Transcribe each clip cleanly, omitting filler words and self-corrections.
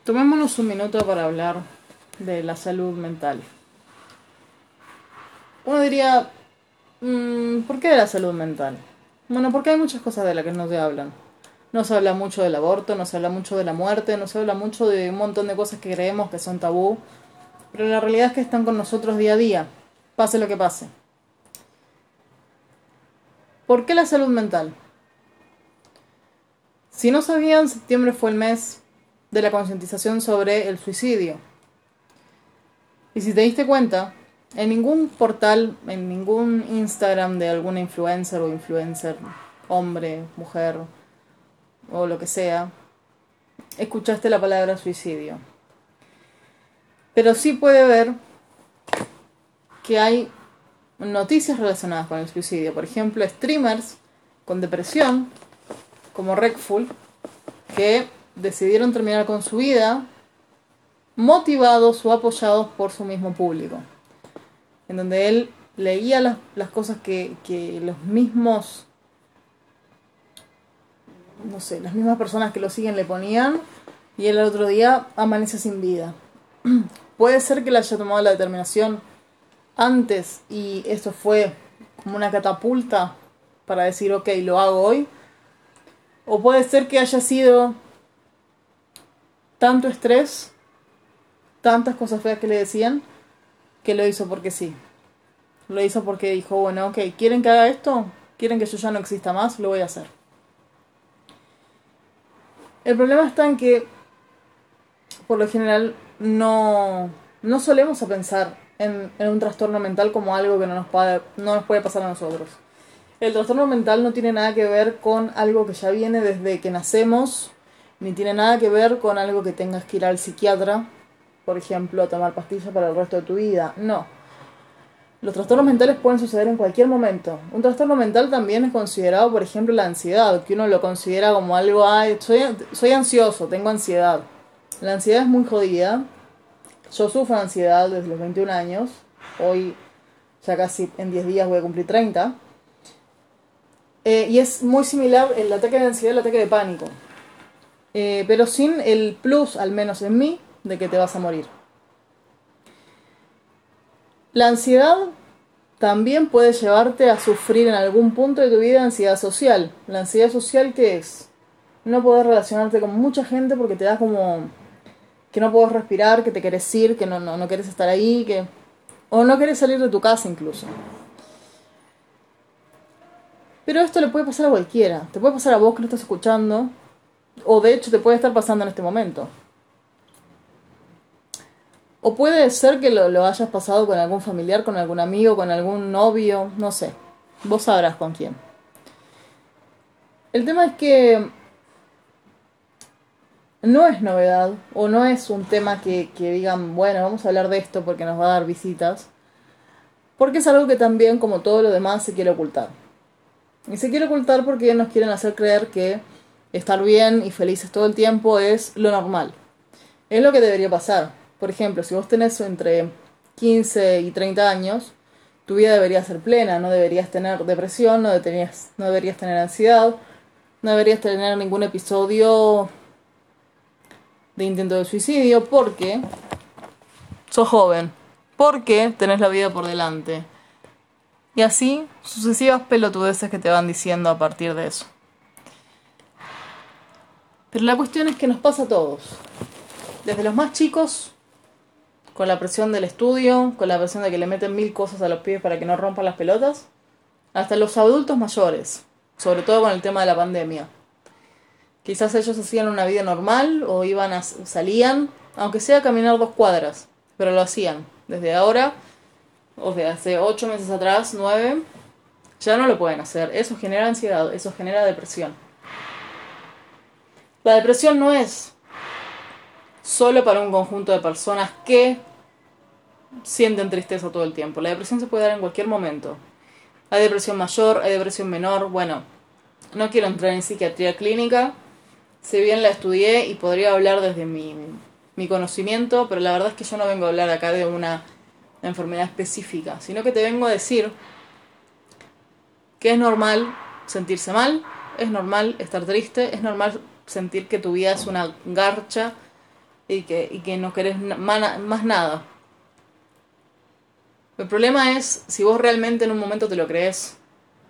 Tomémonos un minuto para hablar de la salud mental. Uno diría, ¿por qué de la salud mental? Bueno, porque hay muchas cosas de las que no se hablan. No se habla mucho del aborto, no se habla mucho de la muerte, no se habla mucho de un montón de cosas que creemos que son tabú, pero la realidad es que están con nosotros día a día, pase lo que pase. ¿Por qué la salud mental? Si no sabían, septiembre fue el mes de la concientización sobre el suicidio. Y si te diste cuenta, en ningún portal, en ningún Instagram de alguna influencer o influencer, hombre, mujer o lo que sea, escuchaste la palabra suicidio. Pero sí puede ver que hay noticias relacionadas con el suicidio. Por ejemplo, streamers con depresión, como Redful, que decidieron terminar con su vida motivados o apoyados por su mismo público. En donde él leía las cosas que los mismos, no sé, las mismas personas que lo siguen le ponían, y él al otro día amanece sin vida. Puede ser que él haya tomado la determinación antes y esto fue como una catapulta para decir, ok, lo hago hoy. O puede ser que haya sido tanto estrés, tantas cosas feas que le decían, que lo hizo porque sí. Lo hizo porque dijo, bueno, ok, ¿quieren que haga esto? ¿Quieren que yo ya no exista más? Lo voy a hacer. El problema está en que, por lo general, no solemos a pensar en un trastorno mental como algo que no nos puede pasar a nosotros. El trastorno mental no tiene nada que ver con algo que ya viene desde que nacemos, ni tiene nada que ver con algo que tengas que ir al psiquiatra, por ejemplo, a tomar pastillas para el resto de tu vida. No. Los trastornos mentales pueden suceder en cualquier momento. Un trastorno mental también es considerado, por ejemplo, la ansiedad, que uno lo considera como algo, ay, soy ansioso, tengo ansiedad. La ansiedad es muy jodida. Yo sufro ansiedad desde los 21 años. Hoy, ya casi en 10 días voy a cumplir 30. Y es muy similar el ataque de ansiedad al ataque de pánico. Pero sin el plus, al menos en mí, de que te vas a morir. La ansiedad también puede llevarte a sufrir en algún punto de tu vida ansiedad social. ¿La ansiedad social qué es? No poder relacionarte con mucha gente porque te da como que no puedes respirar, que te querés ir, que no querés estar ahí, o no querés salir de tu casa incluso. Pero esto le puede pasar a cualquiera. Te puede pasar a vos que lo estás escuchando, o de hecho te puede estar pasando en este momento. O puede ser que lo hayas pasado con algún familiar, con algún amigo, con algún novio, no sé. Vos sabrás con quién. El tema es que no es novedad, o no es un tema que digan, bueno, vamos a hablar de esto porque nos va a dar visitas. Porque es algo que también, como todo lo demás, se quiere ocultar. Y se quiere ocultar porque nos quieren hacer creer que estar bien y felices todo el tiempo es lo normal. Es lo que debería pasar. Por ejemplo, si vos tenés entre 15 y 30 años, tu vida debería ser plena, no deberías tener depresión, no deberías tener ansiedad, no deberías tener ningún episodio de intento de suicidio porque sos joven, porque tenés la vida por delante. Y así, sucesivas pelotudeces que te van diciendo a partir de eso. Pero la cuestión es que nos pasa a todos. Desde los más chicos, con la presión del estudio, con la presión de que le meten 1000 cosas a los pibes para que no rompan las pelotas, hasta los adultos mayores, sobre todo con el tema de la pandemia. Quizás ellos hacían una vida normal o salían, aunque sea a caminar 2 cuadras, pero lo hacían. Desde ahora, o sea, hace 8 meses atrás, 9, ya no lo pueden hacer. Eso genera ansiedad, eso genera depresión. La depresión no es solo para un conjunto de personas que sienten tristeza todo el tiempo. La depresión se puede dar en cualquier momento. Hay depresión mayor, hay depresión menor. Bueno, no quiero entrar en psiquiatría clínica. Si bien la estudié y podría hablar desde mi conocimiento, pero la verdad es que yo no vengo a hablar acá de una enfermedad específica, sino que te vengo a decir que es normal sentirse mal, es normal estar triste, es normal sentir que tu vida es una garcha, y que no querés más nada. El problema es si vos realmente en un momento te lo crees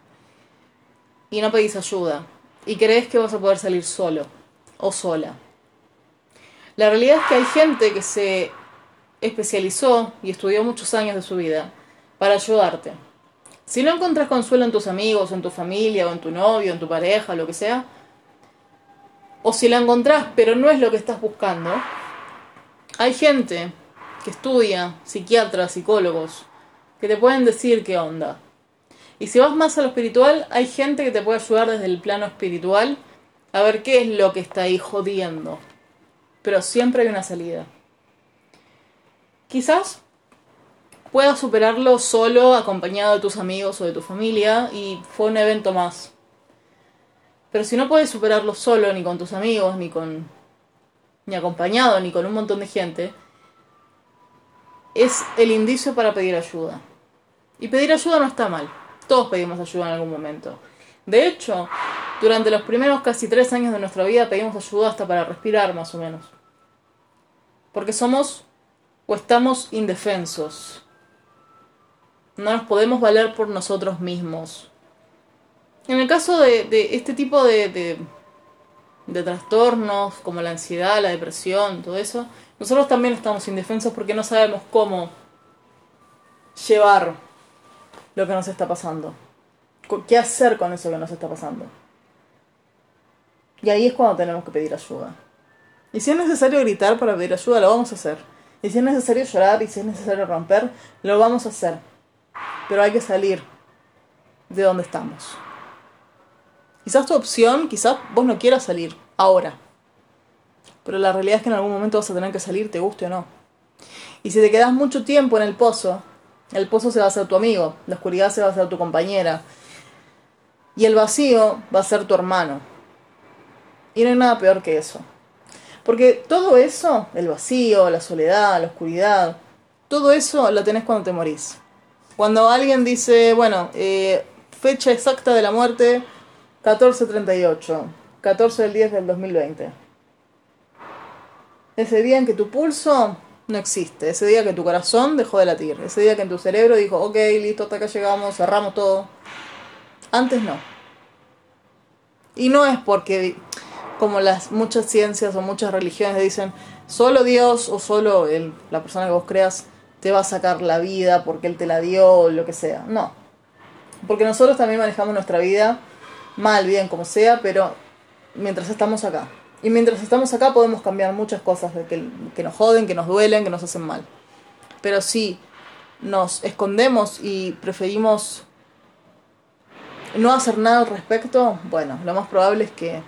y no pedís ayuda y crees que vas a poder salir solo o sola. La realidad es que hay gente que se especializó y estudió muchos años de su vida para ayudarte. Si no encontrás consuelo en tus amigos, en tu familia, o en tu novio, en tu pareja, lo que sea, o si la encontrás pero no es lo que estás buscando, hay gente que estudia, psiquiatras, psicólogos, que te pueden decir qué onda. Y si vas más a lo espiritual, hay gente que te puede ayudar desde el plano espiritual a ver qué es lo que está ahí jodiendo. Pero siempre hay una salida. Quizás puedas superarlo solo, acompañado de tus amigos o de tu familia, y fue un evento más. Pero si no puedes superarlo solo, ni con tus amigos, ni acompañado, ni con un montón de gente, es el indicio para pedir ayuda. Y pedir ayuda no está mal. Todos pedimos ayuda en algún momento. De hecho, durante los primeros casi 3 años de nuestra vida pedimos ayuda hasta para respirar, más o menos. Porque somos o estamos indefensos. No nos podemos valer por nosotros mismos. En el caso de este tipo de trastornos, como la ansiedad, la depresión, todo eso, nosotros también estamos indefensos porque no sabemos cómo llevar lo que nos está pasando. ¿Qué hacer con eso que nos está pasando? Y ahí es cuando tenemos que pedir ayuda. Y si es necesario gritar para pedir ayuda, lo vamos a hacer. Y si es necesario llorar y si es necesario romper, lo vamos a hacer. Pero hay que salir de donde estamos. Quizás tu opción, quizás vos no quieras salir ahora. Pero la realidad es que en algún momento vas a tener que salir, te guste o no. Y si te quedas mucho tiempo en el pozo se va a hacer tu amigo, la oscuridad se va a hacer tu compañera. Y el vacío va a ser tu hermano. Y no hay nada peor que eso. Porque todo eso, el vacío, la soledad, la oscuridad, todo eso lo tenés cuando te morís. Cuando alguien dice, bueno, fecha exacta de la muerte, 14:38, 14 del 10 del 2020. Ese día en que tu pulso no existe, ese día que tu corazón dejó de latir, ese día que en tu cerebro dijo, ok, listo, hasta acá llegamos, cerramos todo. Antes no. Y no es porque, como las muchas ciencias o muchas religiones dicen, solo Dios o solo la persona que vos creas te va a sacar la vida porque Él te la dio o lo que sea. No. Porque nosotros también manejamos nuestra vida, mal, bien, como sea, pero mientras estamos acá. Y mientras estamos acá podemos cambiar muchas cosas que nos joden, que nos duelen, que nos hacen mal. Pero si nos escondemos y preferimos no hacer nada al respecto, bueno, lo más probable es que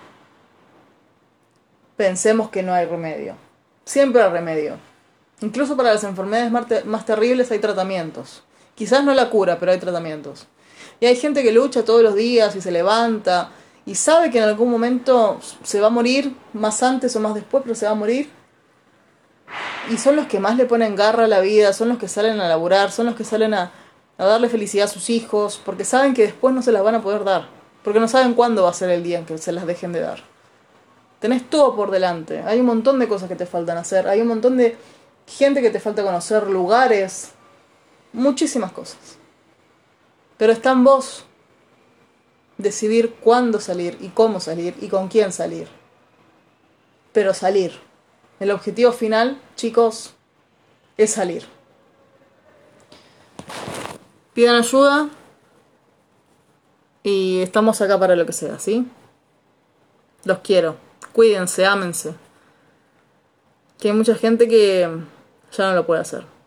pensemos que no hay remedio. Siempre hay remedio. Incluso para las enfermedades más terribles hay tratamientos. Quizás no la cura, pero hay tratamientos. Y hay gente que lucha todos los días y se levanta y sabe que en algún momento se va a morir, más antes o más después, pero se va a morir. Y son los que más le ponen garra a la vida, son los que salen a laburar, son los que salen a darle felicidad a sus hijos, porque saben que después no se las van a poder dar, porque no saben cuándo va a ser el día en que se las dejen de dar. Tenés todo por delante, hay un montón de cosas que te faltan hacer, hay un montón de gente que te falta conocer, lugares, muchísimas cosas. Pero está en vos decidir cuándo salir y cómo salir y con quién salir. Pero salir. El objetivo final, chicos, es salir. Pidan ayuda y estamos acá para lo que sea, ¿sí? Los quiero. Cuídense, ámense. Que hay mucha gente que ya no lo puede hacer.